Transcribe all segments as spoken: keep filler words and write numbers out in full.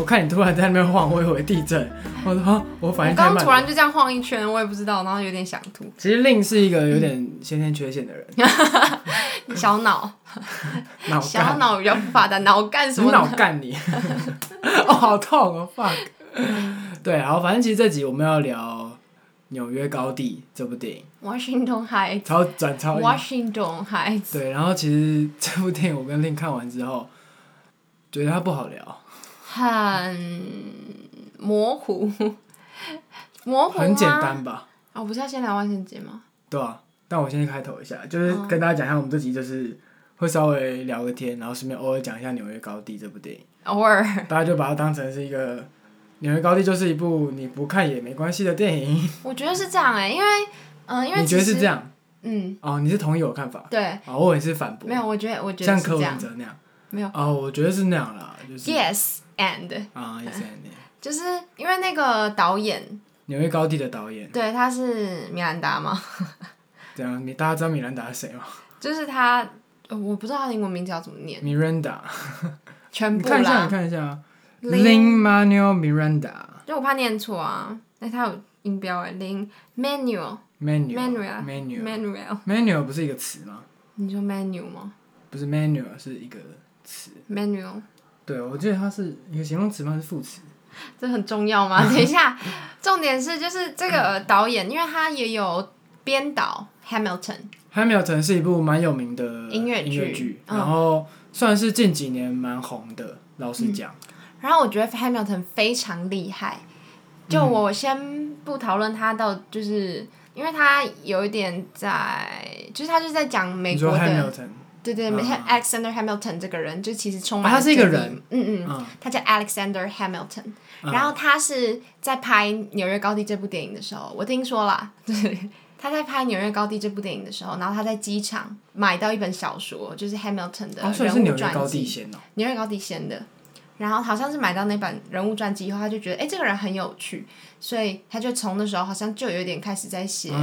我看你突然在那边晃，我以为地震，我说啊，我反应太慢了。 我刚刚突然就这样晃一圈，我也不知道，然后有点想吐。 其实令是一个有点先天缺陷的人， 小脑， 脑小脑比较不发达，脑干什么的？ 脑干你，哦，好痛哦 ，fuck。对，好，反正其实这集我们要聊《纽约高地》这部电影。 Washington Heights。 超转超硬。 Washington Heights。 对，然后其实这部电影我跟令看完之后，觉得它不好聊。 很模糊，模糊吗？ 很简单吧？ 哦，不是要先聊万圣节吗？ 对啊，但我先开头一下，就是跟大家讲一下，我们这集就是会稍微聊个天，然后顺便偶尔讲一下《纽约高地》这部电影。 偶尔。 大家就把它当成是一个《纽约高地》就是一部你不看也没关系的电影。 我觉得是这样哎、欸，因为嗯、呃，因为你觉得是这样？ 嗯。 哦，你是同意我看法？ 对。 哦，我也是反驳。 没有，我觉得我觉得是这样。 像柯文哲那样。 没有。 哦，我觉得是那样啦，就是。 Yes and。 啊 ，Yes and。 就是因为那个导演。 纽约高地的导演。 对，他是米兰达吗？ 这样，你大家知道米兰达是谁吗？ 就是他，我不知道他的英文名字要怎么念。 Miranda。 全部啦。 你看一下，你看一下。Lin-Manuel Miranda。 就我怕念错啊，哎，他有音标哎，Lin-Manuel。 Manuel。 Manuel。 Manuel 不是一个词吗？ 你说 Manuel 吗？ 不是 Manuel 是一个词。 Manuel。 对，我记得它是一个形容词吗？还是副词？ 这很重要吗？等一下，重点是就是这个导演，因为他也有编导 Hamilton。Hamilton 是一部蛮有名的音乐剧，嗯、然后算是近几年蛮红的，老实讲、 嗯。然后我觉得 Hamilton 非常厉害，就我先不讨论他到，就是因为他有一点在，就是他就是在讲美国的。 你说 Hamilton。 对对， 嗯、 Alexander Hamilton 这个人就其实充满了、 啊。他是一个人。 嗯嗯，嗯他叫 Alexander Hamilton，、嗯、然后他是在拍《纽约高地》这部电影的时候，我听说啦，对，他在拍《纽约高地》这部电影的时候，然后他在机场买到一本小说，就是 Hamilton 的人物传记。哦，所以是纽约高地先哦。纽约高地先的，然后好像是买到那本人物传记以后，他就觉得哎、欸，这个人很有趣，所以他就从那时候好像就有点开始在写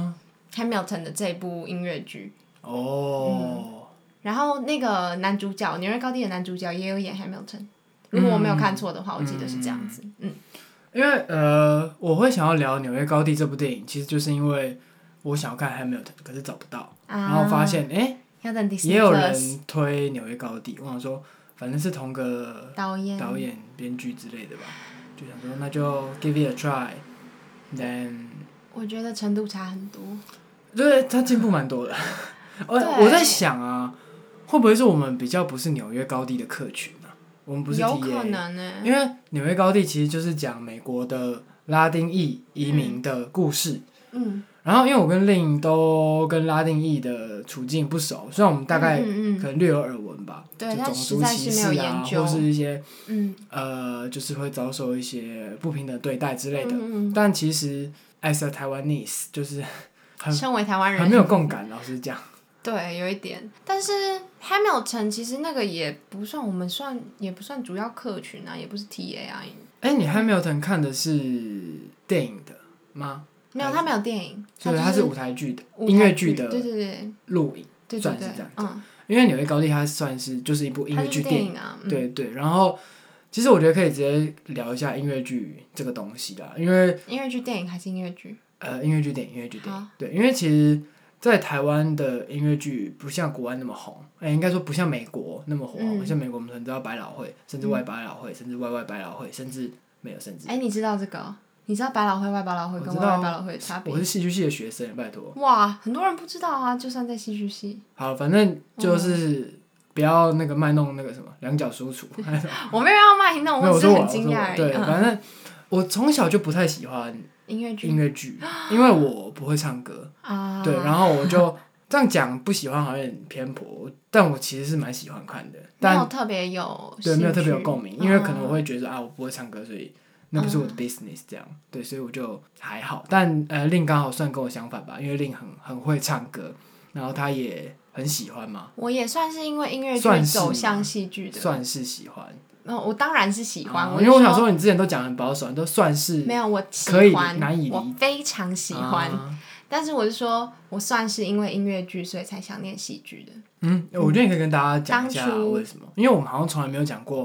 Hamilton 的这部音乐剧。 哦。 嗯然后那个男主角，纽约高地的男主角也有演 Hamilton， 如果我没有看错的话、嗯，我记得是这样子。嗯， 因为呃，我会想要聊纽约高地这部电影，其实就是因为我想要看 Hamilton， 可是找不到，啊、然后发现哎，也有人推纽约高地，我想说，反正是同个导演、 导演、编剧之类的吧，就想说那就 give it a try，then。 我觉得程度差很多。 对，他进步蛮多的。我我在想啊。会不会是我们比较不是纽约高地的客群啊？我们不是 T A， 有可能呢、欸。 因为纽约高地其实就是讲美国的拉丁裔移民的故事。嗯。然后因为我跟令都跟拉丁裔的处境不熟，虽然我们大概可能略有耳闻吧， 嗯嗯嗯、 就种族歧视啊，或是一些、嗯、呃，就是会遭受一些不平等对待之类的。嗯嗯但其实 as a Taiwanese 就是很身为台湾人很没有共感，老实讲。 对，有一点，但是 Hamilton 其实那个也不算我们算也不算主要客群啊，也不是 T A 啊。 哎，你 Hamilton 看的是电影的吗？ 没有，他没有电影， 所以他是舞台剧的音乐剧的， 对对对， 录影， 对对对算是这样。 嗯， 因为纽约高地它算是就是一部音乐剧电影啊， 嗯、对对。然后其实我觉得可以直接聊一下音乐剧这个东西啦，因为音乐剧电影还是音乐剧？ 呃，音乐剧电影，音乐剧电影，对，因为其实。在台湾的音乐剧不像国外那么红，哎、欸，应该说不像美国那么火、嗯。像美国我们可能知道百老汇，甚至外百老汇、嗯，甚至外外百老汇，甚至没有甚至。 哎、欸，你知道这个？你知道百老汇、外百老汇跟外外百老汇的差别？ 我是戏剧系的学生，拜托。 哇，很多人不知道啊，就算在戏剧系。 好，反正就是不要那个卖弄那个什么两脚输出。 我没有要卖弄，我只是很惊讶而已。 对，反正我从小就不太喜欢。 音乐剧， 音乐剧，因为我不会唱歌，啊、对，然后我就这样讲不喜欢好像有点偏颇，但我其实是蛮喜欢看的，但没有特别有对，没有特别有共鸣，因为可能我会觉得啊，我不会唱歌，所以那不是我的 business 这样，嗯、对，所以我就还好，但呃，令刚好算跟我相反吧，因为令很很会唱歌，然后他也很喜欢嘛， 我也算是因为音乐剧走向戏剧的， 算是喜欢。 哦、我当然是喜欢、 哦，因为我想说你之前都讲很保守，都算是没有我喜可以欢， 难以理我非常喜欢、啊，但是我是说我算是因为音乐剧所以才想念戏剧的。 嗯，我觉得你可以跟大家讲一下为什么，因为我们好像从来没有讲过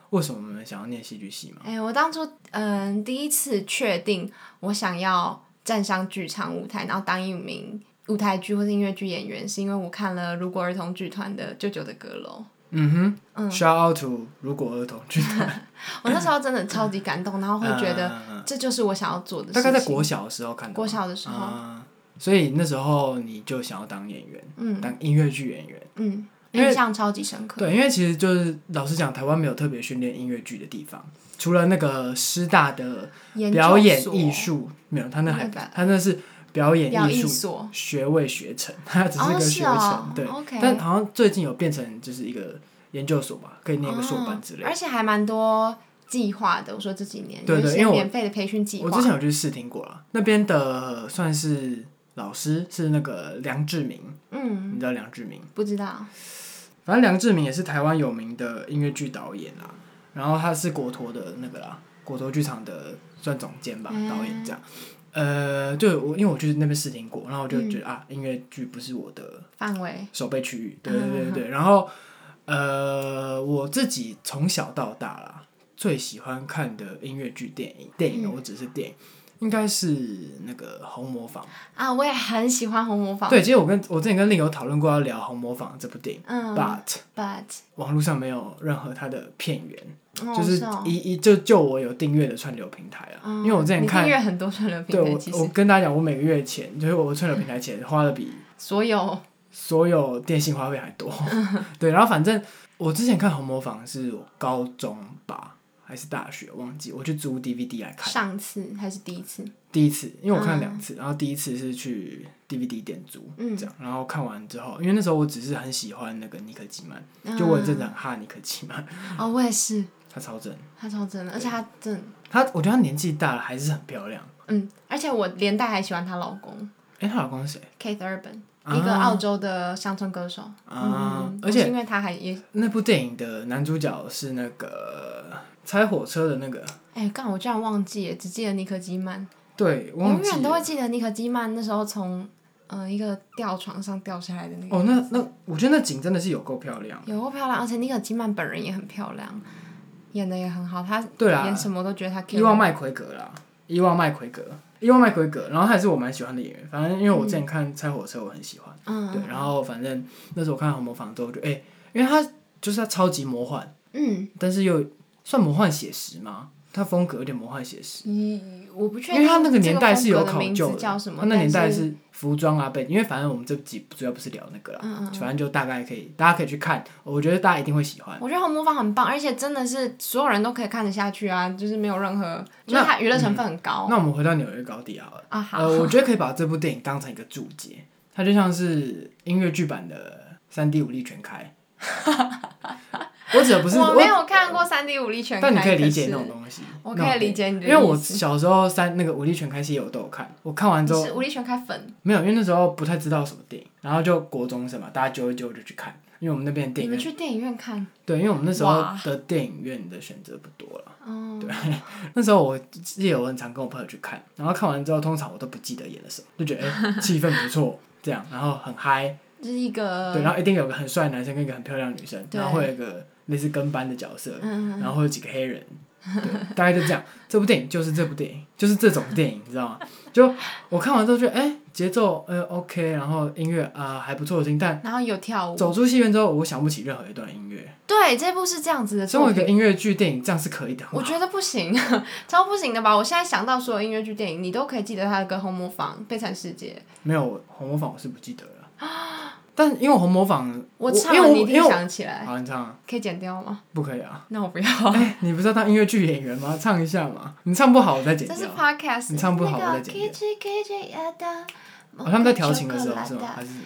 为什么你们想要念戏剧系吗？ 哎、欸，我当初嗯、呃、第一次确定我想要站上剧场舞台，然后当一名舞台剧或是音乐剧演员，是因为我看了如果儿童剧团的《舅舅的阁楼》。 嗯哼，嗯 ，shout out to 如果儿童剧团。 我那时候真的超级感动，然后会觉得这就是我想要做的事情。 大概在国小的时候看到。 国小的时候。 嗯，所以那时候你就想要当演员，嗯，当音乐剧演员， 嗯，印象超级深刻。 对，因为其实就是老实讲，台湾没有特别训练音乐剧的地方，除了那个师大的表演艺术，没有，他那还他那是。表演艺术学位学程，它只是个学程， 哦哦、 对、 okay。 但好像最近有变成就是一个研究所吧，可以念一个硕班之类的、 哦。而且还蛮多计划的，我说这几年对对，因为我免费的培训计划， 我之前有去试听过了，那边的算是老师是那个梁志明，嗯，你知道梁志明？ 不知道。 反正梁志明也是台湾有名的音乐剧导演啦，然后他是国陀的那个啦，国陀剧场的算总监吧，嗯、导演这样。呃，对我，因为我去那边试听过，然后我就觉得、嗯、啊，音乐剧不是我的范围、 守备区域，对对对对。嗯、然后呃，我自己从小到大啦，最喜欢看的音乐剧、电影，电影我只是电影，嗯、应该是那个《红磨坊》 啊，我也很喜欢《红磨坊》。 对，其实我跟我之前跟另友讨论过要聊《红磨坊》这部电影， 嗯 ，but but 网络上没有任何它的片源。就是一一就就我有订阅的串流平台啊、嗯，因为我之前看你订阅很多串流平台， 对我我跟大家讲，我每个月钱就是我串流平台钱花的比所有所有电信花费还多，对，然后反正我之前看《红磨坊》是我高中吧还是大学忘记，我去租 D V D 来看。 上次还是第一次？ 第一次，因为我看了两次、嗯，然后第一次是去 D V D 店租，嗯，这样，然后看完之后，因为那时候我只是很喜欢那个尼可基曼、嗯，就我有阵子很哈尼可基曼。 哦，我也是。 她超正， 她超正的，而且她真， 她我觉得她年纪大了还是很漂亮。 嗯，而且我连带还喜欢她老公。 哎、欸，她老公是谁 ？Keith Urban，、啊、一个澳洲的乡村歌手。 啊， 嗯、 而且因为他还也那部电影的男主角是那个拆火车的那个。 哎、欸，刚我居然忘记了，只记得尼可基曼。 对，永远都会记得尼可基曼那时候从呃一个吊床上掉下来的那个。 哦，那那我觉得那景真的是有够漂亮。 有够漂亮，而且尼可基曼本人也很漂亮。演的也很好，他演什么都觉得他可以。 伊旺麦奎格啦，伊旺麦奎格，伊旺麦奎格，然后他也是我蛮喜欢的演员。反正因为我之前看《拆火车》，我很喜欢，嗯，对，然后反正那时候我看《红磨坊》之后，就哎、欸，因为他就是他超级魔幻，嗯，但是又算魔幻写实吗？他风格有点魔幻写实。 嗯，我不确定。因为他那个年代是有考究的， 他那年代是服装啊背景，因为反正我们这集主要不是聊那个啦，嗯嗯，反正就大概可以，大家可以去看，我觉得大家一定会喜欢。 我觉得《红磨坊》很棒，而且真的是所有人都可以看得下去啊，就是没有任何，就是它娱乐成分很高。 那我们回到纽约高地好了。 啊好。 呃，我觉得可以把这部电影当成一个注解，它就像是音乐剧版的三 D 武力全开。我指的不是我没有看过三 D 武力全开， 但你可以理解那种东西。 我可以理解你的意思。 因为我小时候三那个武力全开系我都有看，我看完之后。 是武力全开粉。 没有，因为那时候不太知道什么电影，然后就国中生嘛，大家揪一揪就去看，因为我们那边的电影院。 你们去电影院看？ 对，因为我们那时候的电影院的选择不多了。哦。对，那时候我记得我很常跟我朋友去看，然后看完之后，通常我都不记得演了什么，就觉得哎气氛不错，这样，然后很嗨。 就是一个。 对，然后一定有个很帅的男生跟一个很漂亮的女生，然后会有一个。类似跟班的角色，嗯、然后会有几个黑人，对，大概就这样。这部电影就是这部电影，就是这种电影，你知道吗？就我看完之后觉得，哎、欸，节奏呃 OK， 然后音乐啊、呃、还不错听，但然后有跳舞。走出戏院之后，我想不起任何一段音乐。 对，这部是这样子的。 身为一个音乐剧电影，这样是可以的。 我觉得不行，超不行的吧？我现在想到所有音乐剧电影，你都可以记得它的歌《红磨坊》《悲惨世界》。 没有，《红磨坊》我是不记得了。但因为红磨坊， 我唱了你一定想起来。 好，你唱。 可以剪掉吗？ 不可以啊。 那我不要。 哎、欸，你不是要当音乐剧演员吗？唱一下嘛。你唱不好，我再剪掉。 这是 podcast。 你唱不好，我再剪掉。哦，他们在调情的时候是吗？还是？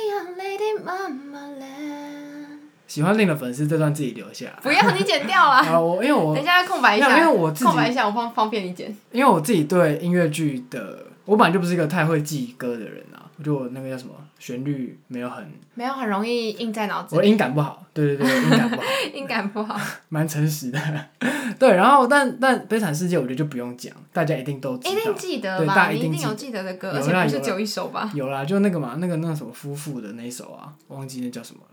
喜欢令的粉丝这段自己留下。 不要，你剪掉啦。 啊，我因为我等一下空白一下， 因为我自己空白一下，我方方便你剪。 因为我自己对音乐剧的，我本来就不是一个太会记歌的人啊。我觉得我那个叫什么旋律没有很没有很容易印在脑子里。 我音感不好，对对对，音感不好， 音感不好， 蛮诚实的。对，然后但但《悲惨世界》我觉得就不用讲，大家一定都知道， 一定记得吧？ 对，大家一定定有记得的歌，而且不是只有一首吧？ 有啦，就那个嘛，那个那个什么夫妇的那一首啊，忘记那叫什么了。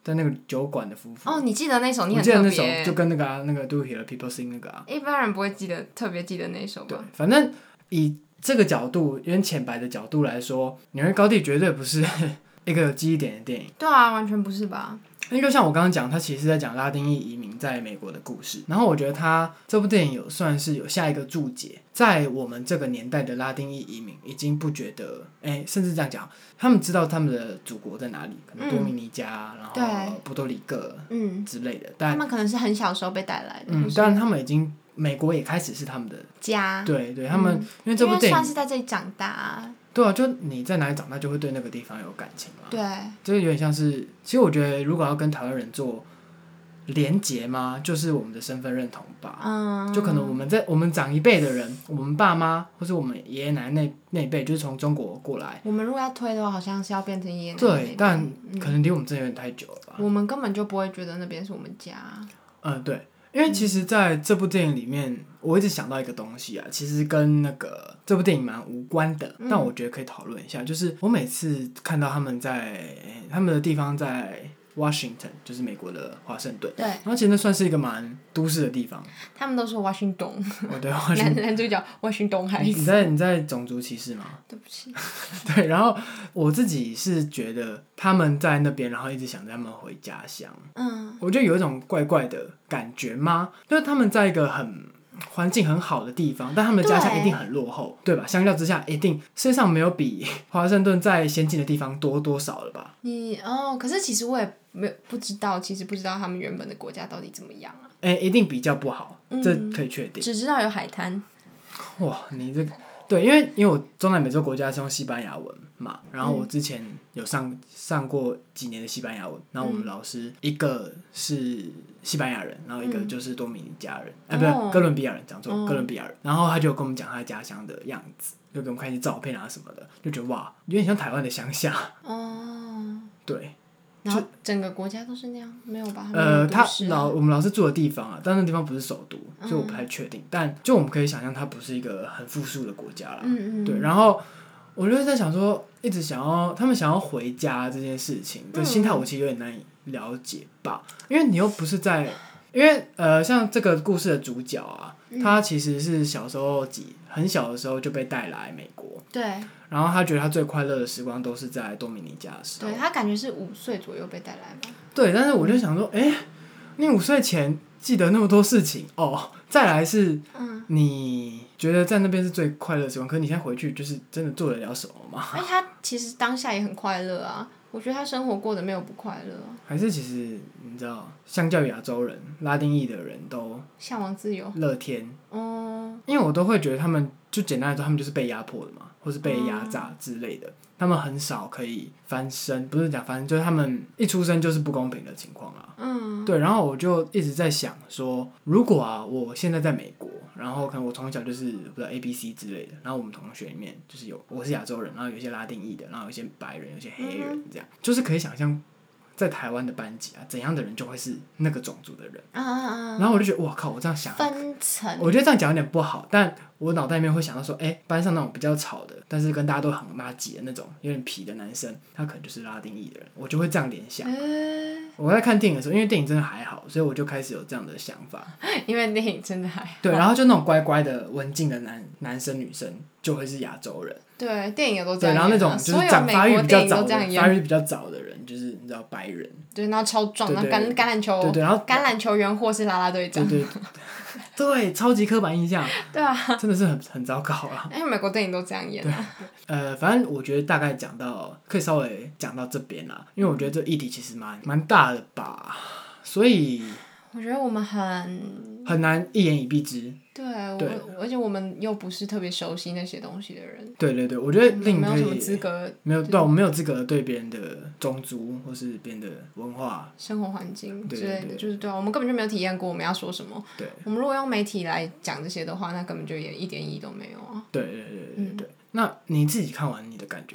在那个酒馆的夫妇。 哦，你记得那首？你很特别。我记得那首就跟那个啊，那个 Do You Hear the People Sing 那个啊。 一般人不会记得，特别记得那首吧？ 对，反正以这个角度，有点浅白的角度来说，《纽约高地》绝对不是一个有记忆点的电影。 对啊，完全不是吧？ 因为就像我刚刚讲，它其实是在讲拉丁裔移民在美国的故事。然后我觉得它这部电影有算是有下一个注解，在我们这个年代的拉丁裔移民已经不觉得，哎，甚至这样讲，他们知道他们的祖国在哪里，可能多米尼加，嗯、然后波多黎各之类的。但他们可能是很小时候被带来的。 嗯，当然他们已经美国也开始是他们的家。 对对，他们、嗯、因为这部电影算是在这里长大、啊。 对啊，就你在哪里长大，就会对那个地方有感情嘛。 对， 这有点像是，其实我觉得，如果要跟台湾人做连结嘛，就是我们的身份认同吧。嗯。就可能我们在我们长一辈的人，我们爸妈或是我们爷爷奶奶那那一辈，就是从中国过来。 我们如果要推的话，好像是要变成爷爷奶奶那一辈。 对，但可能离我们真的有点太久了吧。 我们根本就不会觉得那边是我们家。 嗯，对。因为其实在这部电影里面，我一直想到一个东西啊，其实跟那个这部电影蛮无关的，嗯、但我觉得可以讨论一下。就是我每次看到他们在他们的地方在 Washington， 就是美国的华盛顿， 对， 然后其实那算是一个蛮都市的地方。 他们都说 Washington， 哦对 ，Washington， 男男主角 Washington 还是你在你在种族歧视吗？ 对不起。 对，然后我自己是觉得他们在那边，然后一直想着他们回家乡。嗯，我觉得有一种怪怪的感觉吗？就是他们在一个很环境很好的地方，但他们的家乡一定很落后， 对, 对吧？相较之下，一定世界上没有比华盛顿再先进的地方多多少了吧？ 你哦，可是其实我也没有不知道，其实不知道他们原本的国家到底怎么样啊？ 哎，一定比较不好，嗯、这可以确定。 只知道有海滩。 哇，你这个。对，因为因为我中南美洲国家是用西班牙文嘛，然后我之前有上上过几年的西班牙文，然后我们老师一个是西班牙人，然后一个就是多米尼加人，哎、嗯，欸、不是哥伦比亚人，讲错，哥伦比亚人，然后他就跟我们讲他家乡的样子，就给我们看一些照片啊什么的，就觉得哇，有点像台湾的乡下。哦。对。 然后整个国家都是那样，没有吧？ 呃，他老我们老师住的地方啊，但那地方不是首都，所以我不太确定。嗯、但就我们可以想象，它不是一个很富庶的国家啦。嗯嗯。对，然后我就在想说，一直想要他们想要回家这件事情的心态，我其实有点难以了解吧，因为你又不是在，因为呃，像这个故事的主角啊，他其实是小时候几很小的时候就被带来美国。 对。 然后他觉得他最快乐的时光都是在多米尼加的时候。 对，他感觉是五岁左右被带来吧。 对，但是我就想说，哎、嗯，你五岁前记得那么多事情哦，再来是，你觉得在那边是最快乐的时光，可是你现在回去就是真的做得了什么吗？ 哎，他其实当下也很快乐啊，我觉得他生活过得没有不快乐、啊。 还是其实你知道，相较于亚洲人，拉丁裔的人都向往自由、 乐天。哦、嗯。因为我都会觉得他们，就简单来说，他们就是被压迫的嘛。或是被压榨之类的，嗯、他们很少可以翻身，不是讲翻身，就是他们一出生就是不公平的情况啦。嗯，对，然后我就一直在想说，如果啊，我现在在美国，然后可能我从小就是不知道 A B C 之类的，然后我们同学里面就是有我是亚洲人，然后有一些拉丁裔的，然后有些白人，有些黑人，这样、嗯、就是可以想象。在台湾的班级啊，怎样的人就会是那个种族的人。啊啊啊！然后我就觉得，哇靠！我这样想， 分层。 我觉得这样讲有点不好，但我脑袋里面会想到说，哎、欸，班上那种比较吵的，但是跟大家都很麻吉的那种，有点痞的男生，他可能就是拉丁裔的人，我就会这样联想。欸、我在看电影的时候，因为电影真的还好，所以我就开始有这样的想法。 因为电影真的还好。 对，然后就那种乖乖的、文静的男男生女生，就会是亚洲人。 对，电影也都这样、啊。对， 然后那种就是长发育比较早的、发育比较早的人，就是你知道白人。 对，然后超壮，然后橄橄榄球， 对对，然后橄榄球员或是啦啦队长。 对对对，超级刻板印象。 对啊。真的是很很糟糕啊。 因为美国电影都这样演、啊。 呃，反正我觉得大概讲到，可以稍微讲到这边啦，因为我觉得这议题其实蛮蛮大的吧，所以。 我觉得我们很很难一言以蔽之。 对，对我而且我们又不是特别熟悉那些东西的人。 对对对，我觉得另没有什么资格， 没有对，我们没有资格对别人的种族或是别人的文化、 生活环境之类的，就是对啊，我们根本就没有体验过，我们要说什么？ 对， 我们如果用媒体来讲这些的话，那根本就也一点意义都没有啊。 对对对对对、嗯、那你自己看完你的感觉是什么？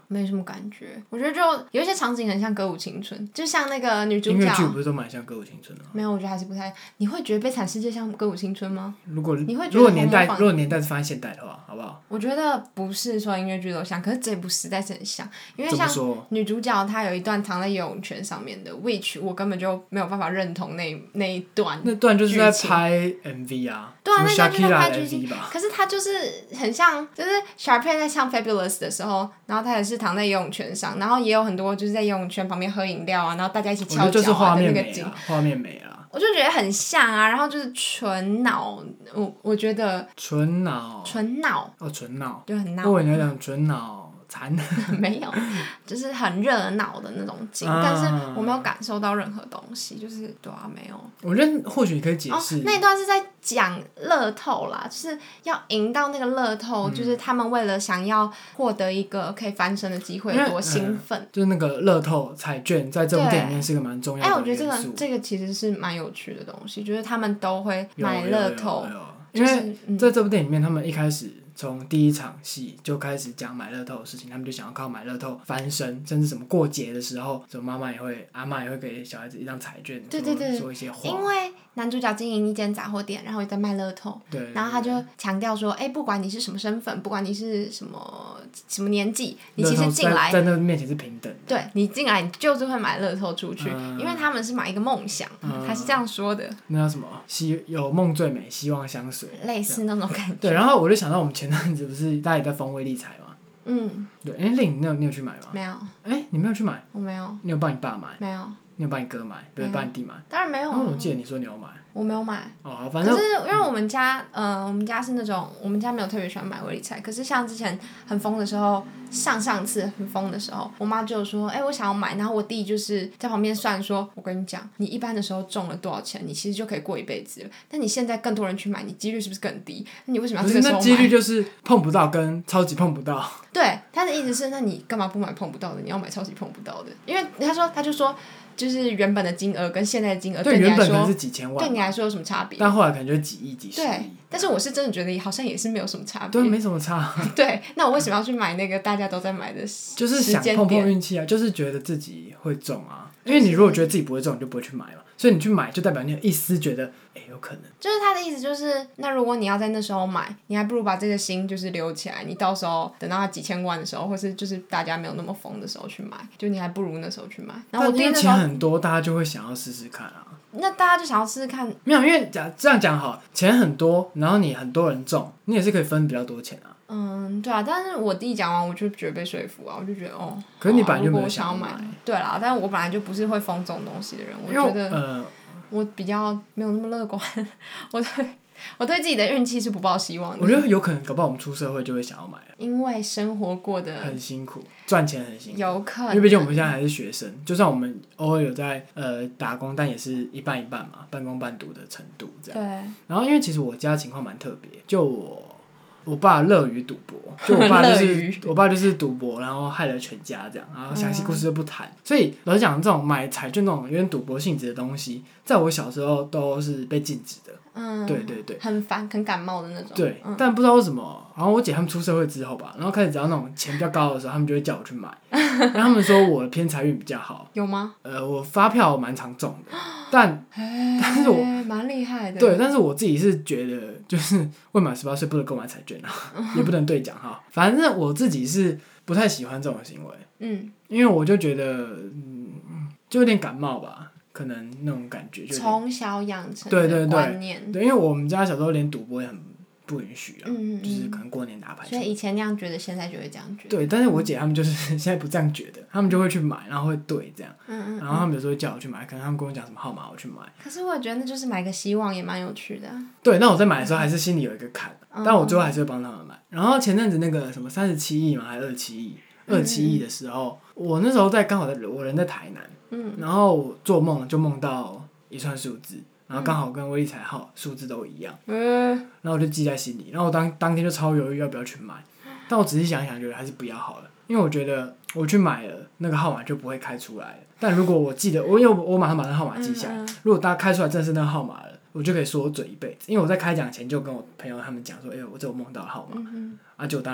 没什么感觉。我觉得就有一些场景很像歌舞青春，就像那个女主角。 音乐剧不是都蛮像歌舞青春的吗？ 没有，我觉得还是不太。你会觉得《悲惨世界》像歌舞青春吗？ 如果你会觉得如果年代如果年代是放在现代的话，好不好？ 我觉得不是说音乐剧都像，可是这部实在是很像，因为像女主角她有一段躺在游泳圈上面的 ，which 我根本就没有办法认同那那一段。 那段就是在拍 M V 啊。 对啊，那段就是在拍剧情吧。 可是他就是很像，就是 Sharpay 在唱 Fabulous 的时候，然后他也是躺在游泳圈上，然后也有很多就是在游泳圈旁边喝饮料啊，然后大家一起敲脚啊的那个景， 画面美啊。 我就觉得很像啊，然后就是纯脑，我我觉得纯脑， 纯脑哦，纯脑， 就很闹。 我以为你讲纯脑残， 没有，就是很热闹的那种景，啊、但是我没有感受到任何东西，就是对啊，没有。 我觉得或许你可以解释、 哦，那一段是在讲乐透啦，就是要赢到那个乐透、嗯，就是他们为了想要获得一个可以翻身的机会，有多兴奋、 呃。就是那个乐透彩券在这部电影里面是一个蛮重要的元素。 哎、欸，我觉得这个这个其实是蛮有趣的东西，就是他们都会买乐透， 因为在这部电影里面，他们一开始。从第一场戏就开始讲买乐透的事情，他们就想要靠买乐透翻身，甚至什么过节的时候，什么妈妈也会、阿嬷也会给小孩子一张彩券， 对对对， 说一些话。 因为男主角经营一间杂货店，然后也在卖乐透， 对， 然后他就强调说，哎、欸，不管你是什么身份，不管你是什么什么年纪，你其实进来在那面前是平等的。 对，你进来你就是会买乐透出去、嗯，因为他们是买一个梦想、嗯，他是这样说的。 那叫什么？希有梦最美，希望相随， 类似那种感觉。 对，然后我就想到我们前阵子不是大家也在封威力彩嘛？嗯。对，哎、欸，令你有你有去买吗？ 没有。 哎、欸，你没有去买？ 我没有。 你有帮你爸买？ 没有。 你有帮你哥买？不是帮你弟买？ 当然没有、啊。 我记得你说你有买。 我没有买。 哦，反正。 可是因为我们家，呃，我们家是那种，我们家没有特别喜欢买威力彩。可是像之前很疯的时候，上上次很疯的时候，我妈就说：“哎、欸，我想要买。”然后我弟就是在旁边算说：“我跟你讲，你一般的时候中了多少钱，你其实就可以过一辈子了。但你现在更多人去买，你几率是不是更低？那你为什么要这个时候买？” 不是，那几率就是碰不到跟超级碰不到。 对，他的意思是，那你干嘛不买碰不到的？你要买超级碰不到的？因为他说，他就说。就是原本的金额跟现在的金额对你来说， 对原本可能是几千万， 对你来说有什么差别？ 但后来可能就几亿、几十亿。 对，但是我是真的觉得好像也是没有什么差别。 对，没什么差。 对，那我为什么要去买那个大家都在买的时间点？ 就是想碰碰运气啊，就是觉得自己会中啊。因为你如果觉得自己不会中，你就不会去买嘛。所以你去买，就代表你有一丝觉得，哎、欸，有可能。 就是他的意思就是，那如果你要在那时候买，你还不如把这个心就是留起来，你到时候等到它几千万的时候，或是就是大家没有那么疯的时候去买，就你还不如那时候去买。然后我因为钱很多，大家就会想要试试看啊。 那大家就想要试试看。 没有，因为讲这样讲好，钱很多，然后你很多人中，你也是可以分比较多钱啊。 嗯，对啊，但是我弟讲完，我就觉得被说服啊，我就觉得哦。 可是你本来就没有想要买。对啦，但是我本来就不是会疯这种东西的人，我觉得呃，我比较没有那么乐观，我对我对自己的运气是不抱希望的。 我觉得有可能，搞不好我们出社会就会想要买了。 因为生活过得很辛苦，赚钱很辛苦。 有可能。 因为毕竟我们现在还是学生，就算我们偶尔有在呃打工，但也是一半一半嘛，半工半读的程度这样。 对。 然后因为其实我家情况蛮特别，就我。我爸乐于赌博，就我爸就是我爸就是赌博，然后害了全家这样，然后详细故事就不谈。嗯、所以老实讲，这种买彩券那种有点赌博性质的东西，在我小时候都是被禁止的。嗯，对对对， 很烦、很感冒的那种。 对， 嗯、 但不知道为什么，然后我姐他们出社会之后吧，然后开始只要那种钱比较高的时候，他们就会叫我去买，然后他们说我的偏财运比较好。 有吗？ 呃，我发票蛮常中的，但但是我蛮厉害的。 对，但是我自己是觉得，就是未满十八岁不能购买彩券啊，也不能兑奖哈。反正我自己是不太喜欢这种行为，嗯，因为我就觉得，嗯，就有点感冒吧。可能那种感觉就从小养成的观念， 对对对，对，因为我们家小时候连赌博也很不允许啊， 嗯嗯就是可能过年打牌。 所以以前那样觉得，现在就会这样觉得。 对，但是我姐他们就是现在不这样觉得，他们就会去买，然后会对这样， 嗯嗯， 然后他们有时候会叫我去买，可能他们跟我讲什么号码，我去买。 可是我觉得那就是买个希望，也蛮有趣的。 对，那我在买的时候还是心里有一个坎，嗯、但我最后还是会帮他们买。然后前阵子那个什么三十七亿嘛，还是二七亿？二七亿的时候，嗯、我那时候在刚好在我人在台南，嗯，然后我做梦就梦到一串数字，然后刚好跟威力彩号数字都一样，嗯，然后我就记在心里，然后我当当天就超犹豫要不要去买，但我仔细想一想，觉得还是不要好了，因为我觉得我去买了那个号码就不会开出来了，但如果我记得我因为我马上把那个号码记下来，如果大家开出来真的是那个号码了，我就可以说我准一辈子，因为我在开奖前就跟我朋友他们讲说，哎、欸，我这有梦到的号码，嗯、啊，就当然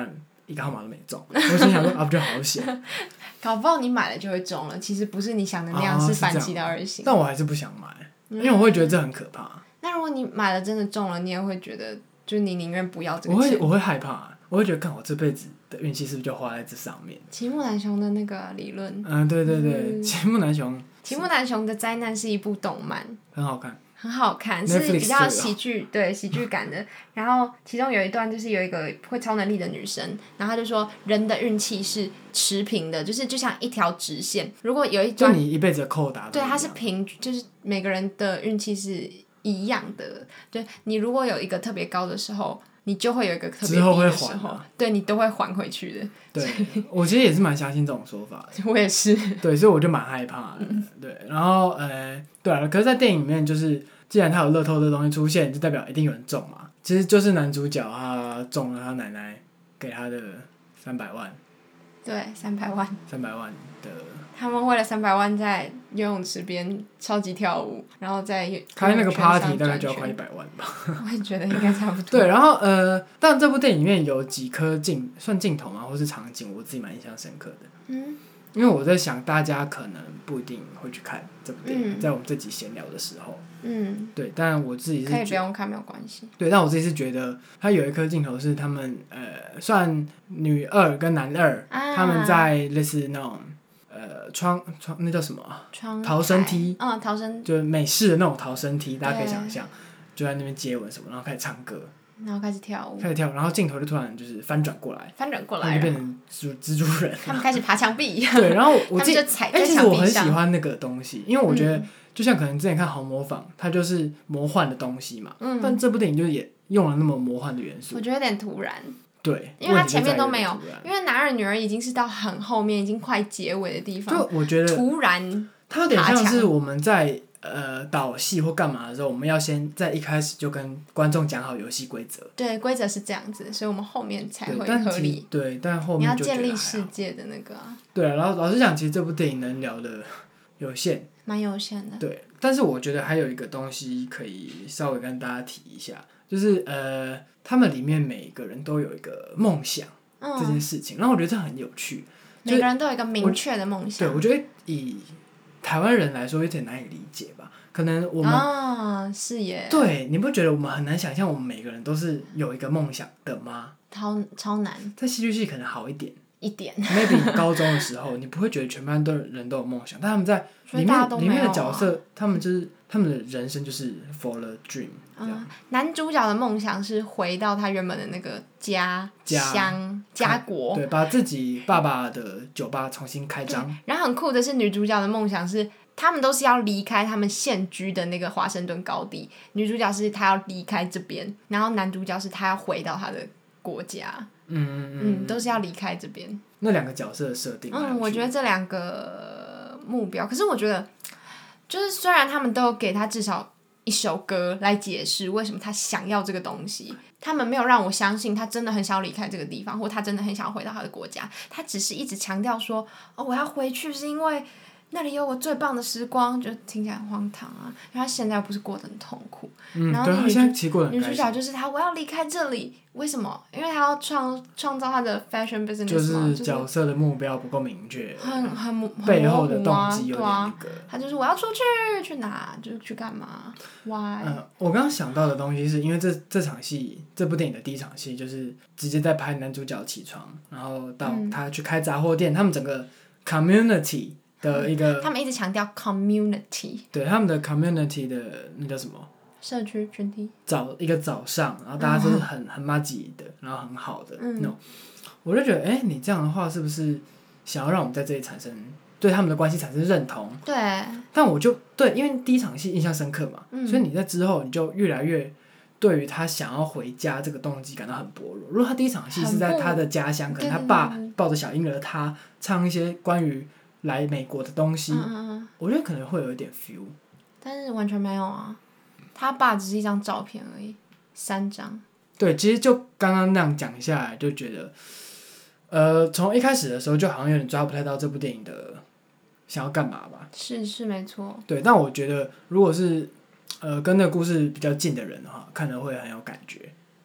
一个号码都没中，我心想说啊，不就好险？ 搞不好你买了就会中了，其实不是你想的那样， 哦、 是反其道而行。 但我还是不想买，因为我会觉得这很可怕。 那如果你买了真的中了，你也会觉得，就你宁愿不要这个钱。 我会我会害怕，我会觉得，看我这辈子的运气是不是就花在这上面？ 齐木楠雄的那个理论。 嗯，对对对，齐木楠雄。 齐木楠雄的灾难是一部动漫， 很好看， 很好看，是比较喜剧，对喜剧感的。然后其中有一段就是有一个会超能力的女生，然后她就说人的运气是持平的，就是就像一条直线。如果有一段， 就你一辈子的扣打， 对，它是平，就是每个人的运气是一样的。对，你如果有一个特别高的时候，你就会有一个特别低的时候，啊、对你都会还回去的。 对，我其实也是蛮相信这种说法的。 我也是。 对，所以我就蛮害怕的。嗯、对，然后呃，对啊，可是，在电影里面，就是既然他有乐透这东西出现，就代表一定有人中嘛。其实就是男主角他中了他奶奶给他的三百万。 对，三百万。 三百万的。 他们为了三百万在游泳池边超级跳舞，然后在开那个 party 大概就要快一百万吧。 我也觉得应该差不多。 对，然后呃，但这部电影里面有几颗镜算镜头嘛，或是场景，我自己蛮印象深刻的。嗯。因为我在想，大家可能不一定会去看这部电影，嗯、在我们这集闲聊的时候。嗯。对，但我自己是可以不用看没有关系。 对，但我自己是觉得，他有一颗镜头是他们呃，算女二跟男二，啊、他们在类似那种。呃，窗窗那叫什么、啊？逃生梯。 嗯，逃生。 就是美式的那种逃生梯，大家可以想象，就在那边接吻什么，然后开始唱歌， 然后开始跳舞， 开始跳舞，然后镜头就突然就是翻转过来， 翻转过来， 就变成蜘蜘蛛人。 他们开始爬墙壁。 对，然后我自己， 哎、欸， 其实我很喜欢那个东西，因为我觉得，就像可能之前看《好模仿》，它就是魔幻的东西嘛，嗯、但这部电影就也用了那么魔幻的元素， 我觉得有点突然。 对， 因为他前面都没有，因为男二女儿已经是到很后面，已经快结尾的地方。 就我觉得突然， 它有点像是我们在呃导戏或干嘛的时候，我们要先在一开始就跟观众讲好游戏规则。 对，规则是这样子，所以我们后面才会合理。 对，但后面你要建立世界的那个、啊。 对，然后老实讲，其实这部电影能聊的有限， 蛮有限的。 对，但是我觉得还有一个东西可以稍微跟大家提一下，就是呃。他们里面每一个人都有一个梦想、嗯、这件事情，然后我觉得这很有趣。 每个人都有一个明确的梦想。 对，我觉得以台湾人来说有点难以理解吧，可能我们啊是耶。 对，你不觉得我们很难想象我们每个人都是有一个梦想的吗？ 超超难。 在戏剧系可能好一点。 一点 maybe 你高中的时候你不会觉得全班都人都有梦想，但他们在里面、啊、里面的角色，他们就是他们的人生就是 for the dream、 嗯、男主角的梦想是回到他原本的那个家乡家国， 对，把自己爸爸的酒吧重新开张。 然后很酷的是女主角的梦想是他们都是要离开他们现居的那个华盛顿高地，女主角是她要离开这边，然后男主角是他要回到他的国家。嗯嗯嗯，都是要离开这边。 那两个角色的设定， 嗯，我觉得这两个目标，可是我觉得，就是虽然他们都有给他至少一首歌来解释为什么他想要这个东西，他们没有让我相信他真的很想要离开这个地方，或他真的很想要回到他的国家，他只是一直强调说，哦，我要回去是因为那里有我最棒的时光，就听起来很荒唐啊，因为他现在不是过得很痛苦。 嗯， 然后女主女主角就是他，我要离开这里，为什么？因为他要创创造他的 fashion business 就是角色的目标不够明确， 很很很背后的动机有点那个。 他就是我要出去，去哪？就是去干嘛 ？Why？ 嗯，我刚刚想到的东西是因为这这场戏，这部电影的第一场戏就是直接在拍男主角起床，然后到他去开杂货店，嗯、他们整个 community 的一个， 他们一直强调 community， 对他们的 community 的那叫什么？ 社区群体。 早一个早上，然后大家都是很、嗯、很麻吉的，然后很好的那种、嗯 no ，我就觉得，哎、欸，你这样的话是不是想要让我们在这里产生对他们的关系产生认同？ 对。 但我就对，因为第一场戏印象深刻嘛、嗯，所以你在之后你就越来越对于他想要回家这个动机感到很薄弱。如果他第一场戏是在他的家乡，可能他爸抱着小婴儿，他唱一些关于来美国的东西、嗯，我觉得可能会有一点 feel。 但是完全没有啊。他爸只是一张照片而已，三张。 对，其实就刚刚那样讲下来，就觉得，呃，从一开始的时候就好像有点抓不太到这部电影的想要干嘛吧。 是是没错。 对，但我觉得如果是呃跟那个故事比较近的人的话，看了会很有感觉。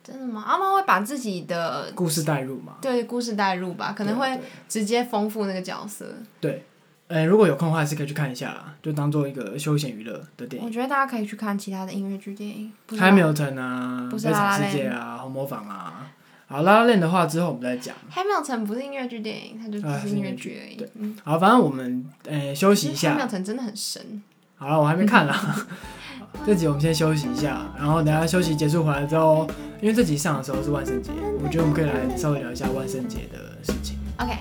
真的吗？他们会把自己的故事带入嘛？ 对，故事带入吧，可能会直接丰富那个角色。 对，呃，如果有空的话，还是可以去看一下啦，就当做一个休闲娱乐的电影。 我觉得大家可以去看其他的音乐剧电影， 《Hamilton》啊，《悲惨世界》啊，《红磨坊》啊。好，《La La Land》的话之后我们再讲。 Hamilton 不是音乐剧电影，它就只是音乐剧而已。 对，嗯、好，反正我们呃休息一下。 Hamilton 真的很神。 好了，我还没看啦。这集我们先休息一下，然后等一下休息结束回来之后，因为这集上的时候是万圣节，我觉得我们可以来稍微聊一下万圣节的事情。 OK。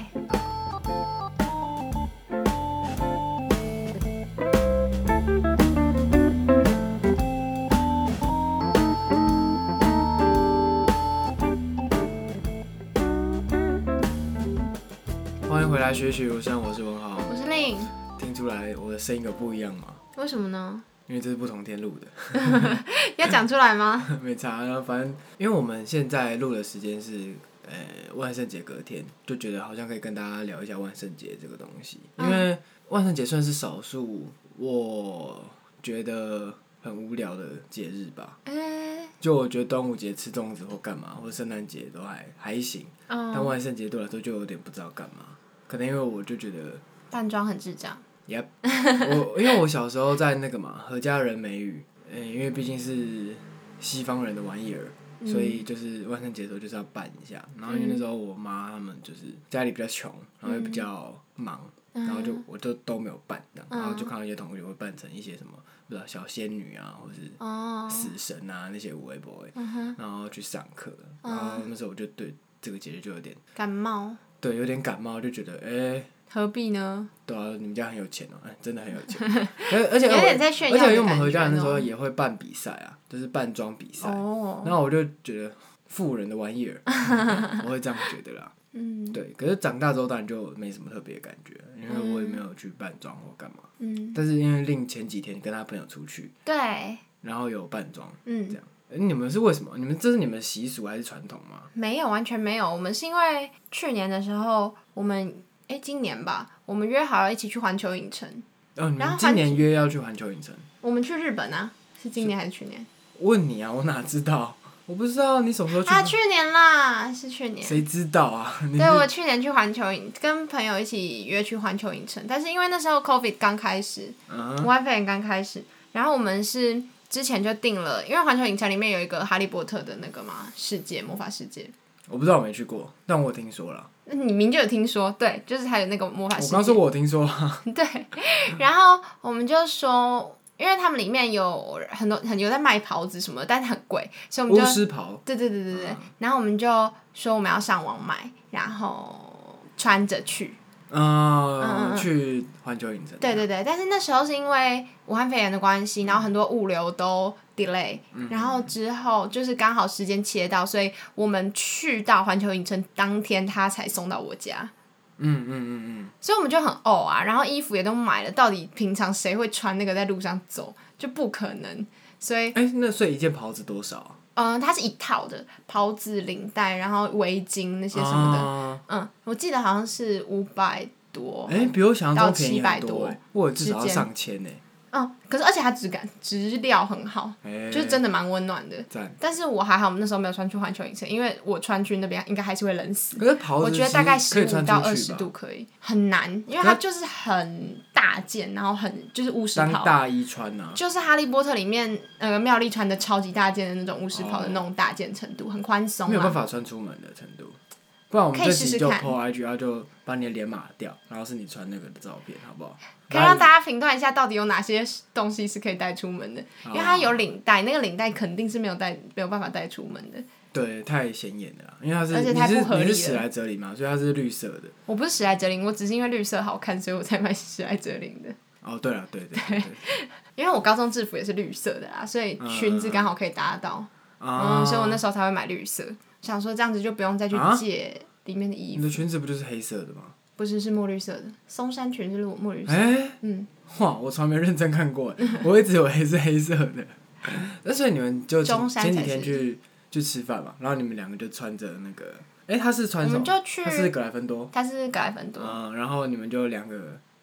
欢迎回来学学无声，我是文豪， 我是令。 听出来我的声音有不一样吗？ 为什么呢？ 因为这是不同天录的。 要讲出来吗？ 没差，然后反正因为我们现在录的时间是呃万圣节隔天，就觉得好像可以跟大家聊一下万圣节这个东西，因为万圣节算是少数我觉得很无聊的节日吧。欸、就我觉得端午节吃粽子或干嘛，或者圣诞节都还还行，哦、但万圣节对我来说就有点不知道干嘛，可能因为我就觉得扮装很智障。 Yep 我因为我小时候在那个嘛何家人美语，呃、欸，因为毕竟是西方人的玩意儿，嗯、所以就是万圣节的时候就是要扮一下。然后因为那时候我妈他们就是家里比较穷，然后又比较忙，嗯、然后就我就都没有扮，然后就看到一些同学会扮成一些什么不知道小仙女啊，或是死神啊那些无微不微，嗯、然后去上课。然后那时候我就对这个节日就有点感冒， 对，有点感冒，就觉得哎。欸何必呢？ 对啊，你们家很有钱哦、喔，哎，真的很有钱。而而且有点在炫耀的感觉， 而且因为我们何家人那时候也会办比赛啊，就是扮装比赛。哦。然后我就觉得富人的玩意儿，我会这样觉得啦。嗯。对，可是长大之后当然就没什么特别的感觉，因为我也没有去扮装或干嘛。嗯。但是因为令前几天跟他朋友出去。 对。 然后有扮装。嗯。这样，欸，你们是为什么？你们这是你们习俗还是传统吗？ 没有，完全没有。我们是因为去年的时候，我们。哎、欸，今年吧，我们约好了一起去环球影城。 哦，你们今年约要去环球影城？ 我们去日本啊，是今年还是去年？ 问你啊，我哪知道？我不知道你什么时候去。 啊，去年啦，是去年。 谁知道啊？ 对，我去年去环球影，跟朋友一起约去环球影城，但是因为那时候 COVID 刚开始，武汉肺炎刚开始，然后我们是之前就定了，因为环球影城里面有一个哈利波特的那个嘛世界魔法世界。 我不知道，我没去过，但我有听说了。 你明就有听说，对，就是还有那个魔法世界。 我刚说我有听说。 对，然后我们就说，因为他们里面有很多很有在卖袍子什么的，但是很贵，所以我们就巫师袍。 对对对对对，嗯、然后我们就说我们要上网买，然后穿着去。 嗯，嗯去环球影城。 对对对，但是那时候是因为武汉肺炎的关系，然后很多物流都 delay，、嗯、然后之后就是刚好时间切到，所以我们去到环球影城当天，他才送到我家。 嗯嗯嗯嗯。 所以我们就很哦啊，然后衣服也都买了，到底平常谁会穿那个在路上走？就不可能，所以。 哎、欸，那所以一件袍子多少啊？ 嗯，它是一套的袍子、领带，然后围巾那些什么的。啊、嗯，我记得好像是五百多。 哎、欸，比我想象中便宜很多。我至少要上千呢。 嗯，可是而且它质感质料很好，欸、就是真的蛮温暖的。但是我还好，我们那时候没有穿去环球影城，因为我穿去那边应该还是会冷死。 可是袍子我觉得大概十五到二十度可以，很难，因为它就是很大件，然后很就是巫师袍。 当大衣穿啊。 就是哈利波特里面那个妙丽穿的超级大件的那种巫师袍的那种大件程度，很宽松。 没有办法穿出门的程度。不然我们这期就 po I G， 然后就把你的脸码掉，然后是你穿那个的照片，好不好？ 可以让大家评断一下，到底有哪些东西是可以带出门的，因为它有领带，那个领带肯定是没有带，没有办法带出门的。 对，太显眼了啦，因为它是， 而且太不合理了。 你是史莱哲林嘛，所以它是绿色的。 我不是史莱哲林，我只是因为绿色好看，所以我才买史莱哲林的。 哦，对了，对对对, 对，因为我高中制服也是绿色的啦，所以裙子刚好可以搭到，嗯, 嗯，所以我那时候才会买绿色，想说这样子就不用再去借里面的衣服。 你的裙子不就是黑色的吗？ 不是，是墨绿色的，松山裙是墨绿色的。 哎、欸，嗯，哇，我从来没认真看过，我一直以为是黑色的。那所以你们就前几天去去吃饭嘛，然后你们两个就穿着那个，哎、欸，他是穿什么？ 我们就去， 他是格莱芬多， 他是格莱芬多。 嗯，然后你们就两个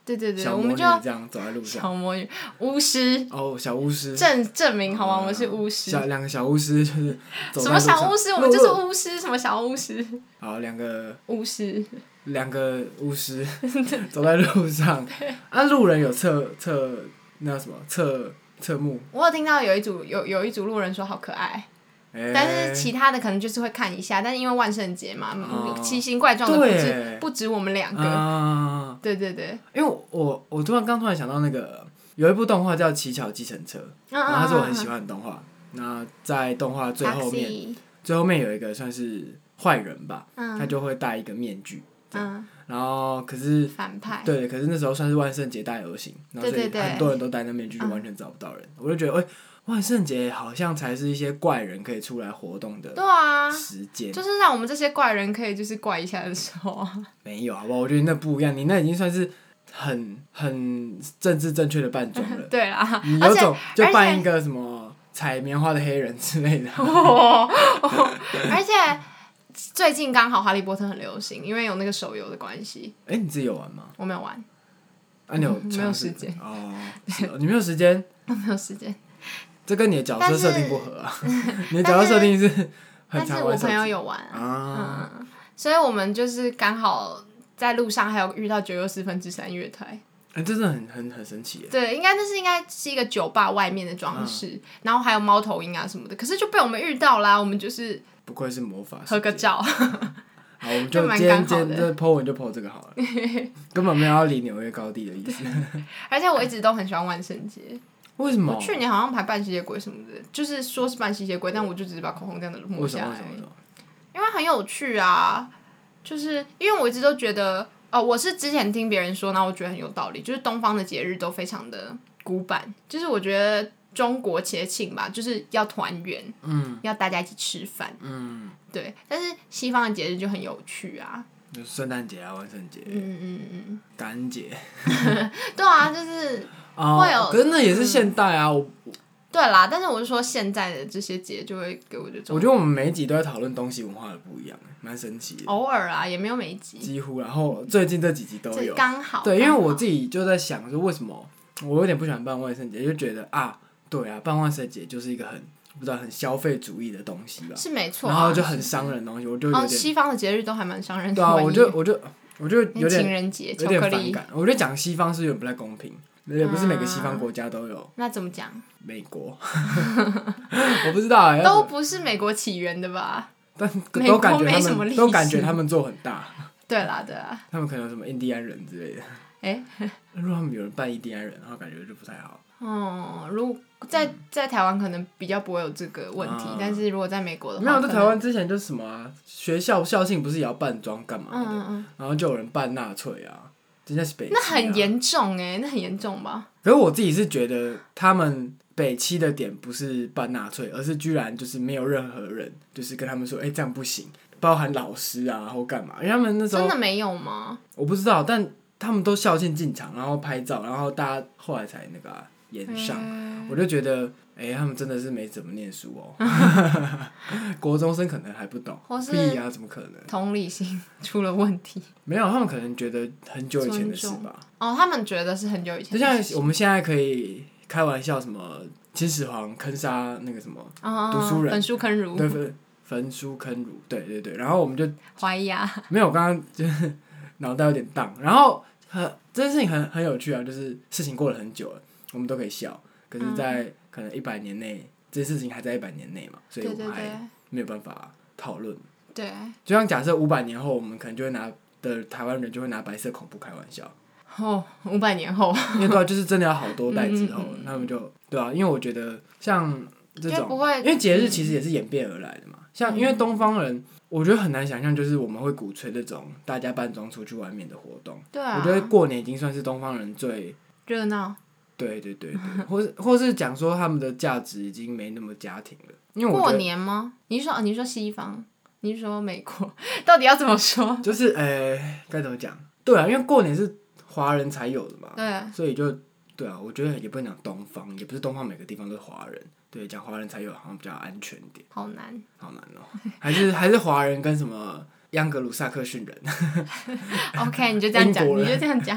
对对对， 小魔女这样走在路上。小魔女，巫师。 哦，小巫师。 证证明好吗？我们是巫师。 小两个小巫师就是走在路上。 什么小巫师？我们就是巫师，什么小巫师？ 好，两个巫师。 两个巫师走在路上，啊，路人有侧侧那什么侧侧目。 我有听到有一组有有一组路人说好可爱。欸、但是其他的可能就是会看一下，但是因为万圣节嘛，哦、奇形怪状的不止不止我们两个，啊、对对对。 因为我我突然刚突然想到那个有一部动画叫《乞巧计程车》，然后它是我很喜欢的动画。那在动画最后面，最后面有一个算是坏人吧，嗯、他就会戴一个面具，嗯、然后可是反派， 对，可是那时候算是万圣节大游行，然后所以很多人都戴那面具，就完全找不到人。嗯、我就觉得，哎、欸。万圣节好像才是一些怪人可以出来活动的时间， 对啊，就是让我们这些怪人可以就是怪一下的时候啊。 没有，好不好？我觉得那不一样，你那已经算是很很政治正确的扮装了。 对啦， 你有种就扮一个什么采棉花的黑人之类的。 哦哦、而且最近刚好《哈利波特》很流行，因为有那个手游的关系。 哎、欸，你自己有玩吗？ 我没有玩。 啊，你有、 嗯？没有时间哦，你没有时间？ 我没有时间。 这跟你的角色设定不合啊！你的角色设定是很常玩手机。但是我朋友有玩啊，嗯，所以我们就是刚好在路上还有遇到九又四分之三月台。 哎、欸，这真的很很很神奇耶！ 对，应该那是应该是一个酒吧外面的装饰，嗯、然后还有猫头鹰啊什么的，可是就被我们遇到啦，我们就是不愧是魔法， 合个照。 好，我们就今天今天这 po 文就 po 这个好了，根本没有要离纽约高地的意思。 而且我一直都很喜欢万圣节。 为什么？ 我去年好像排扮吸血鬼什么的，就是说是扮吸血鬼，但我就只是把口红这样子抹下来。因为很有趣啊，就是因为我一直都觉得，哦，我是之前听别人说，然后我觉得很有道理，就是东方的节日都非常的古板，就是我觉得中国节庆吧，就是要团圆，嗯，要大家一起吃饭，嗯，对。但是西方的节日就很有趣啊， 就圣诞节啊，万圣节， 嗯嗯嗯， 感恩节， 对啊，就是。 哦、会有，可是那也是现代啊！嗯、我对啦，但是我是说现在的这些节就会给我这种。 我觉得我们每一集都在讨论东西文化的不一样，蛮神奇的。 偶尔啊，也没有每一集。 几乎，然后最近这几集都有。 刚好。 对，因为我自己就在想说，为什么我有点不喜欢办万圣节，就觉得啊，对啊，办万圣节就是一个很不知道很消费主义的东西吧。 是没错、啊。 然后就很伤人的东西，我就有点。 哦，西方的节日都还蛮伤人的。 对啊，我就我就我就有点情人节、 有点反感。我觉得讲西方是有点不太公平。也不是每个西方国家都有。嗯、 那怎么讲？ 美国，我不知道哎、欸。 都不是美国起源的吧？ 但都感觉他们都感觉他们做很大。 对啦，对啦。 他们可能有什么印第安人之类的。哎、欸，如果他们有人扮印第安人，然后感觉就不太好。 哦、嗯，如果在在台湾可能比较不会有这个问题，嗯、但是如果在美国的话， 没有在台湾之前就是什么啊，学校校庆不是也要扮装干嘛的？嗯嗯然后就有人扮纳粹啊。真的是北七、啊、 那很严重哎、欸，那很严重吧？ 可是我自己是觉得他们北七的点不是扮纳粹，而是居然就是没有任何人就是跟他们说，哎、欸，这样不行，包含老师啊或干嘛，因为他们那时候真的没有吗？ 我不知道，但他们都校庆进场，然后拍照，然后大家后来才那个、啊、演上，我就觉得。哎、欸，他们真的是没怎么念书哦，国中生可能还不懂，屁啊，怎么可能？ 同理心出了问题。 没有，他们可能觉得很久以前的事吧。 哦，他们觉得是很久以前的事。 就像我们现在可以开玩笑，什么秦始皇坑杀那个什么读书人， 焚书坑儒， 对焚焚书坑儒，对对对。然后我们就怀疑啊， 没有，刚刚就是脑袋有点荡。然后很这件事情很很有趣啊，就是事情过了很久了，我们都可以笑，可是在、嗯可能一百年内，这些事情还在一百年内嘛，所以我们还没有办法讨论。 对， 就像假设五百年后，我们可能就会拿的台湾人就会拿白色恐怖开玩笑。 哦，五百年后， 因为对啊，就是真的要好多代之后，嗯嗯他们就对啊，因为我觉得像这种， 不会因为节日其实也是演变而来的嘛。嗯、像因为东方人，我觉得很难想象，就是我们会鼓吹这种大家扮装出去外面的活动。 对啊， 我觉得过年已经算是东方人最热闹。 对对对对，或是或是讲说他们的价值已经没那么家庭了，因为我过年吗？你说你说西方，你说美国，到底要怎么说？ 就是呃，该怎么讲？对啊，因为过年是华人才有的嘛， 对啊， 所以就对啊，我觉得也不能讲东方，也不是东方每个地方都是华人，对，讲华人才有好像比较安全一点。 好难， 好难哦，还是还是华人跟什么央格鲁萨克逊人。 OK， 你就这样讲，你就这样讲。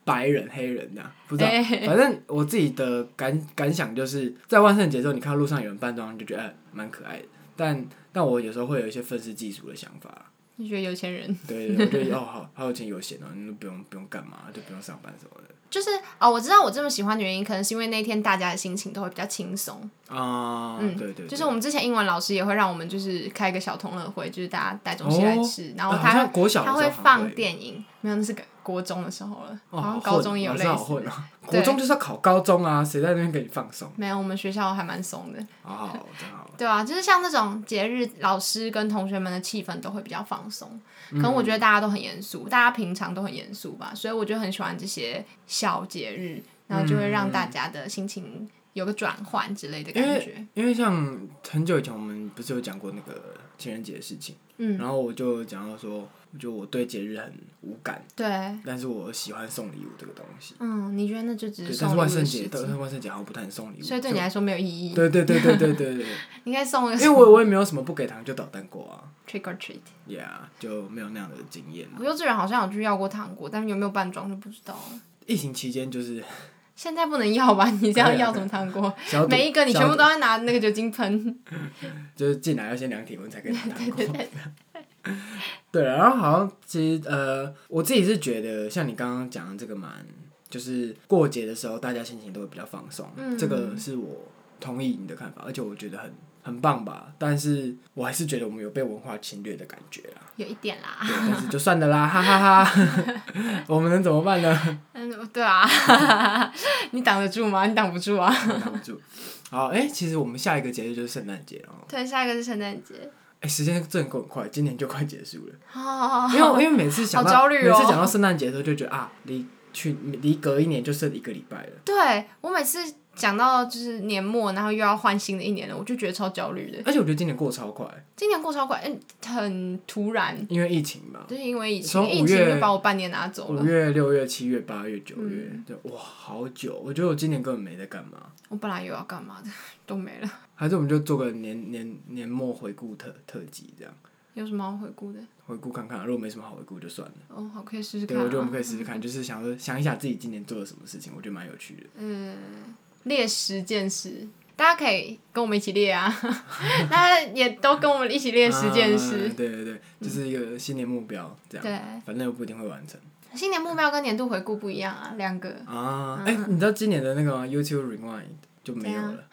白人黑人这样，不知道，欸、反正我自己的感感想就是在万圣节的时候，你看到路上有人扮装，就觉得蛮、欸、可爱的，但但我有时候会有一些愤世嫉俗的想法。 你觉得有钱人？ 对对对，我觉得哦好好有钱有闲哦，你都不用不用干嘛，就不用上班什么的。 就是哦，我知道我这么喜欢的原因，可能是因为那天大家的心情都会比较轻松啊。嗯，对 对, 对。 就是我们之前英文老师也会让我们就是开一个小同乐会，就是大家带东西来吃，哦、然后他、 啊、 他会放电影，没有那是国中的时候了， 哦、 好像高中也有类似的。 好混啊！国中就是要考高中啊，谁在那边给你放松？ 没有，我们学校还蛮松的。 好好，真好。 对啊，就是像那种节日，老师跟同学们的气氛都会比较放松。可能我觉得大家都很严肃，大家平常都很严肃吧，所以我就很喜欢这些小节日，然后就会让大家的心情有个转换之类的感觉。 因为因为像很久以前我们不是有讲过那个情人节的事情，嗯，然后我就讲到说，就我对节日很无感， 对， 但是我喜欢送礼物这个东西。 嗯，你觉得那就只是送礼物的事情？但是万圣节，但是万圣节好像不太能送礼物， 所以对你来说没有意义。 对对对对对对对。 你应该送个， 因为我我也没有什么不给糖就捣蛋过啊。 Trick or treat。Yeah， 就没有那样的经验。 我幼稚园好像有去要过糖果，但有没有扮装就不知道了。 疫情期间就是。 现在不能要吧？你这样要什么糖果？每一个你全部都要拿那个酒精喷。 就是进来要先量体温才可以拿糖果。 对对对。 对，然后好像其实呃，我自己是觉得像你刚刚讲的这个蛮，就是过节的时候大家心情都会比较放松，嗯、这个是我同意你的看法，而且我觉得很很棒吧。但是我还是觉得我们有被文化侵略的感觉啦。 有一点啦。 对，但是就算了啦，哈哈哈哈。我们能怎么办呢？ 嗯，对啊，你挡得住吗？你挡不住啊。 挡不住。好，哎、欸，其实我们下一个节日就是圣诞节哦。 对，下一个是圣诞节。 哎、欸，时间真的过很快，今年就快结束了。 哦、 因为因为每次想到、 哦、 每次讲到圣诞节的时候，就觉得啊，离去离隔一年就剩一个礼拜了。 对，我每次讲到就是年末，然后又要换新的一年了，我就觉得超焦虑的。 而且我觉得今年过超快。 今年过超快，嗯，很突然。 因为疫情嘛。 就是因为疫情，疫情就把我半年拿走了。 五月、六月、七月、八月、九月，嗯、对，哇，好久！我觉得我今年根本没在干嘛。 我本来有要干嘛的，都没了。 还是我们就做个年年年末回顾特特辑这样。 有什么好回顾的？ 回顾看看，如果没什么好回顾就算了。 哦，好，可以试试看、啊。 对，我觉得我们可以试试看，嗯、就是想说想一下自己今年做了什么事情，我觉得蛮有趣的。 嗯，列十件事，大家可以跟我们一起列啊，大家也都跟我们一起列十件事、 啊。对对对，就是一个新年目标这样。 对。 反正又不一定会完成。 新年目标跟年度回顾不一样啊，两个。 啊，哎、嗯欸，你知道今年的那个 YouTube Rewind 就没有了。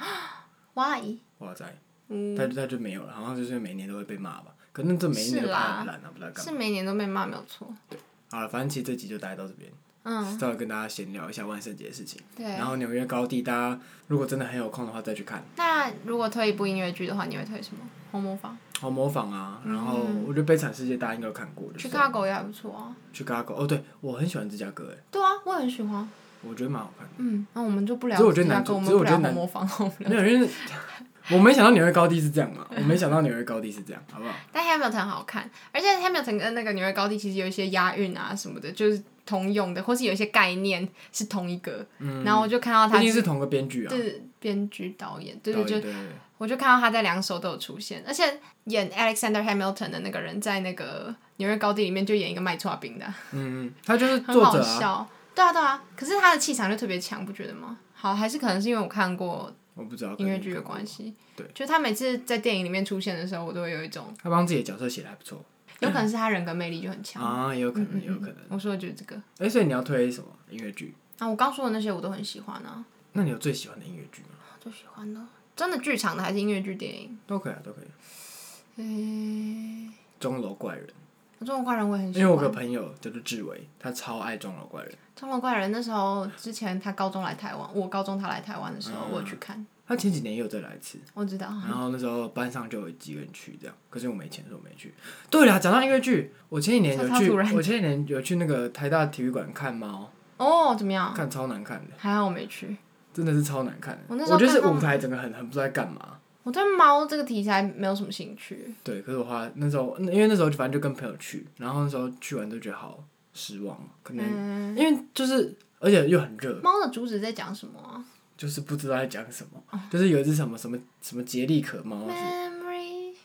Why？ 我在，嗯，他他就没有了，好像就是每年都会被骂吧。可能这每一年都拍很烂啊，不知道干嘛。 是每年都被骂没有错。 对，好了，反正其实这集就大概到这边。嗯。稍微跟大家闲聊一下万圣节的事情。 对。 然后纽约高地，大家如果真的很有空的话，再去看。 那如果推一部音乐剧的话，你会推什么？红模仿。 红模仿啊，然后我觉得《悲惨世界》大家应该都看过的。 Chicago 也还不错啊。 Chicago 哦，对，我很喜欢芝加哥诶。 对啊，我也很喜欢。 我觉得蛮好看的。 嗯，那我们就不聊芝加哥，我们不聊红模仿好了。 没有，因为我没想到纽约高地是这样嘛，我没想到纽约高地是这样，好不好？ 但 Hamilton 好看，而且 Hamilton 跟那个纽约高地其实有一些押韵啊什么的，就是通用的，或是有一些概念是同一个。嗯。然后我就看到他。 毕竟是同个编剧啊。 对，编剧导演，对对对。我就看到他在两首都有出现，而且演 Alexander Hamilton 的那个人在那个纽约高地里面就演一个卖刨冰的。 嗯嗯，他就是作者啊。 很好笑。对啊对啊，可是他的气场就特别强，不觉得吗？好，还是可能是因为我看过。 我不知道。 音乐剧的关系。 对。 就他每次在电影里面出现的时候，我都会有一种。 他帮自己的角色写的还不错。 有可能是他人格魅力就很强。 啊，有可能，有可能。 我说的就是这个。 哎、欸，所以你要推什么音乐剧？ 啊，我刚说的那些我都很喜欢啊。 那你有最喜欢的音乐剧吗？ 最喜欢的，真的剧场的还是音乐剧电影？ 都可以啊，都可以。诶、 欸。 钟楼怪人。 钟楼怪人我也很喜欢。 因为我有个朋友叫做志伟，他超爱钟楼怪人。 钟楼怪人那时候之前他高中来台湾，我高中他来台湾的时候，嗯、我有去看。 他前几年也有再来一次。 我知道。 然后那时候班上就有几个人去这样，可是我没钱，所以我没去。对了，讲到音乐剧，我前几年有去，我前几年有去那个台大体育馆看猫。 哦，怎么样？ 看超难看的。还好我没去。 真的是超难看的。 我那时候我觉得是舞台整个很很不知道在干嘛。 我对猫这个题材没有什么兴趣。 对，可是我花那时候，因为那时候反正就跟朋友去，然后那时候去完都觉得好失望，可能、嗯、因为就是而且又很热。 猫的主旨在讲什么啊？ 就是不知道在讲什么，哦、就是有一只什么什么什么杰利可猫。 Memory。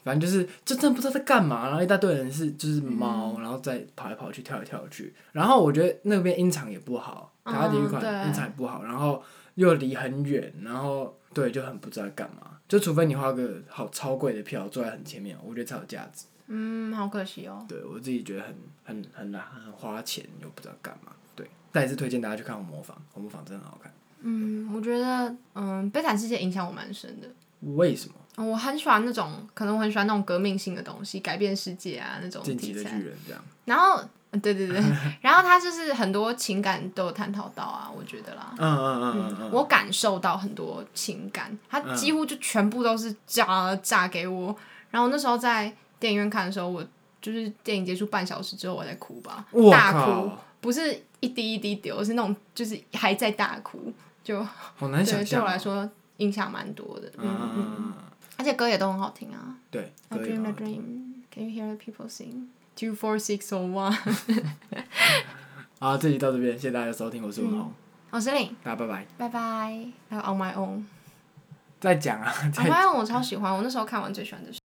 反正就是就真的不知道在干嘛，然后一大堆人是就是猫，嗯、然后再跑来跑去跳来跳去，然后我觉得那边音场也不好，台大体育馆音场也不好，然后又离很远，然后对就很不知道干嘛，就除非你花个好超贵的票坐在很前面，我觉得才有价值。 嗯，好可惜哦。 对我自己觉得很很很很花钱又不知道干嘛，对，再一次推荐大家去看《红磨坊》，《红磨坊》真的很好看。 嗯，我觉得嗯，《悲惨世界》影响我蛮深的。 为什么？ 我很喜欢那种，可能我很喜欢那种革命性的东西，改变世界啊那种题材。 进击的巨人这样。 然后，对对对，然后他就是很多情感都有探讨到啊，我觉得啦。 嗯嗯嗯嗯嗯。 我感受到很多情感，他几乎就全部都是炸炸给我。然后那时候在电影院看的时候，我就是电影结束半小时之后我在哭吧，大哭，不是一滴一滴流，是那种就是还在大哭，就好难想象。 对，对我来说影响蛮多的。嗯嗯嗯。而且歌也都很好听啊。 对。 I dream a dream, can you hear the people sing? Two four six oh one 好，这集到这边，谢谢大家的收听，我是文宏、嗯， 我是林， 大家拜拜， 拜拜。还有 On My Own， 再讲啊 ，On My Own 我超喜欢，我那时候看完最喜欢的是。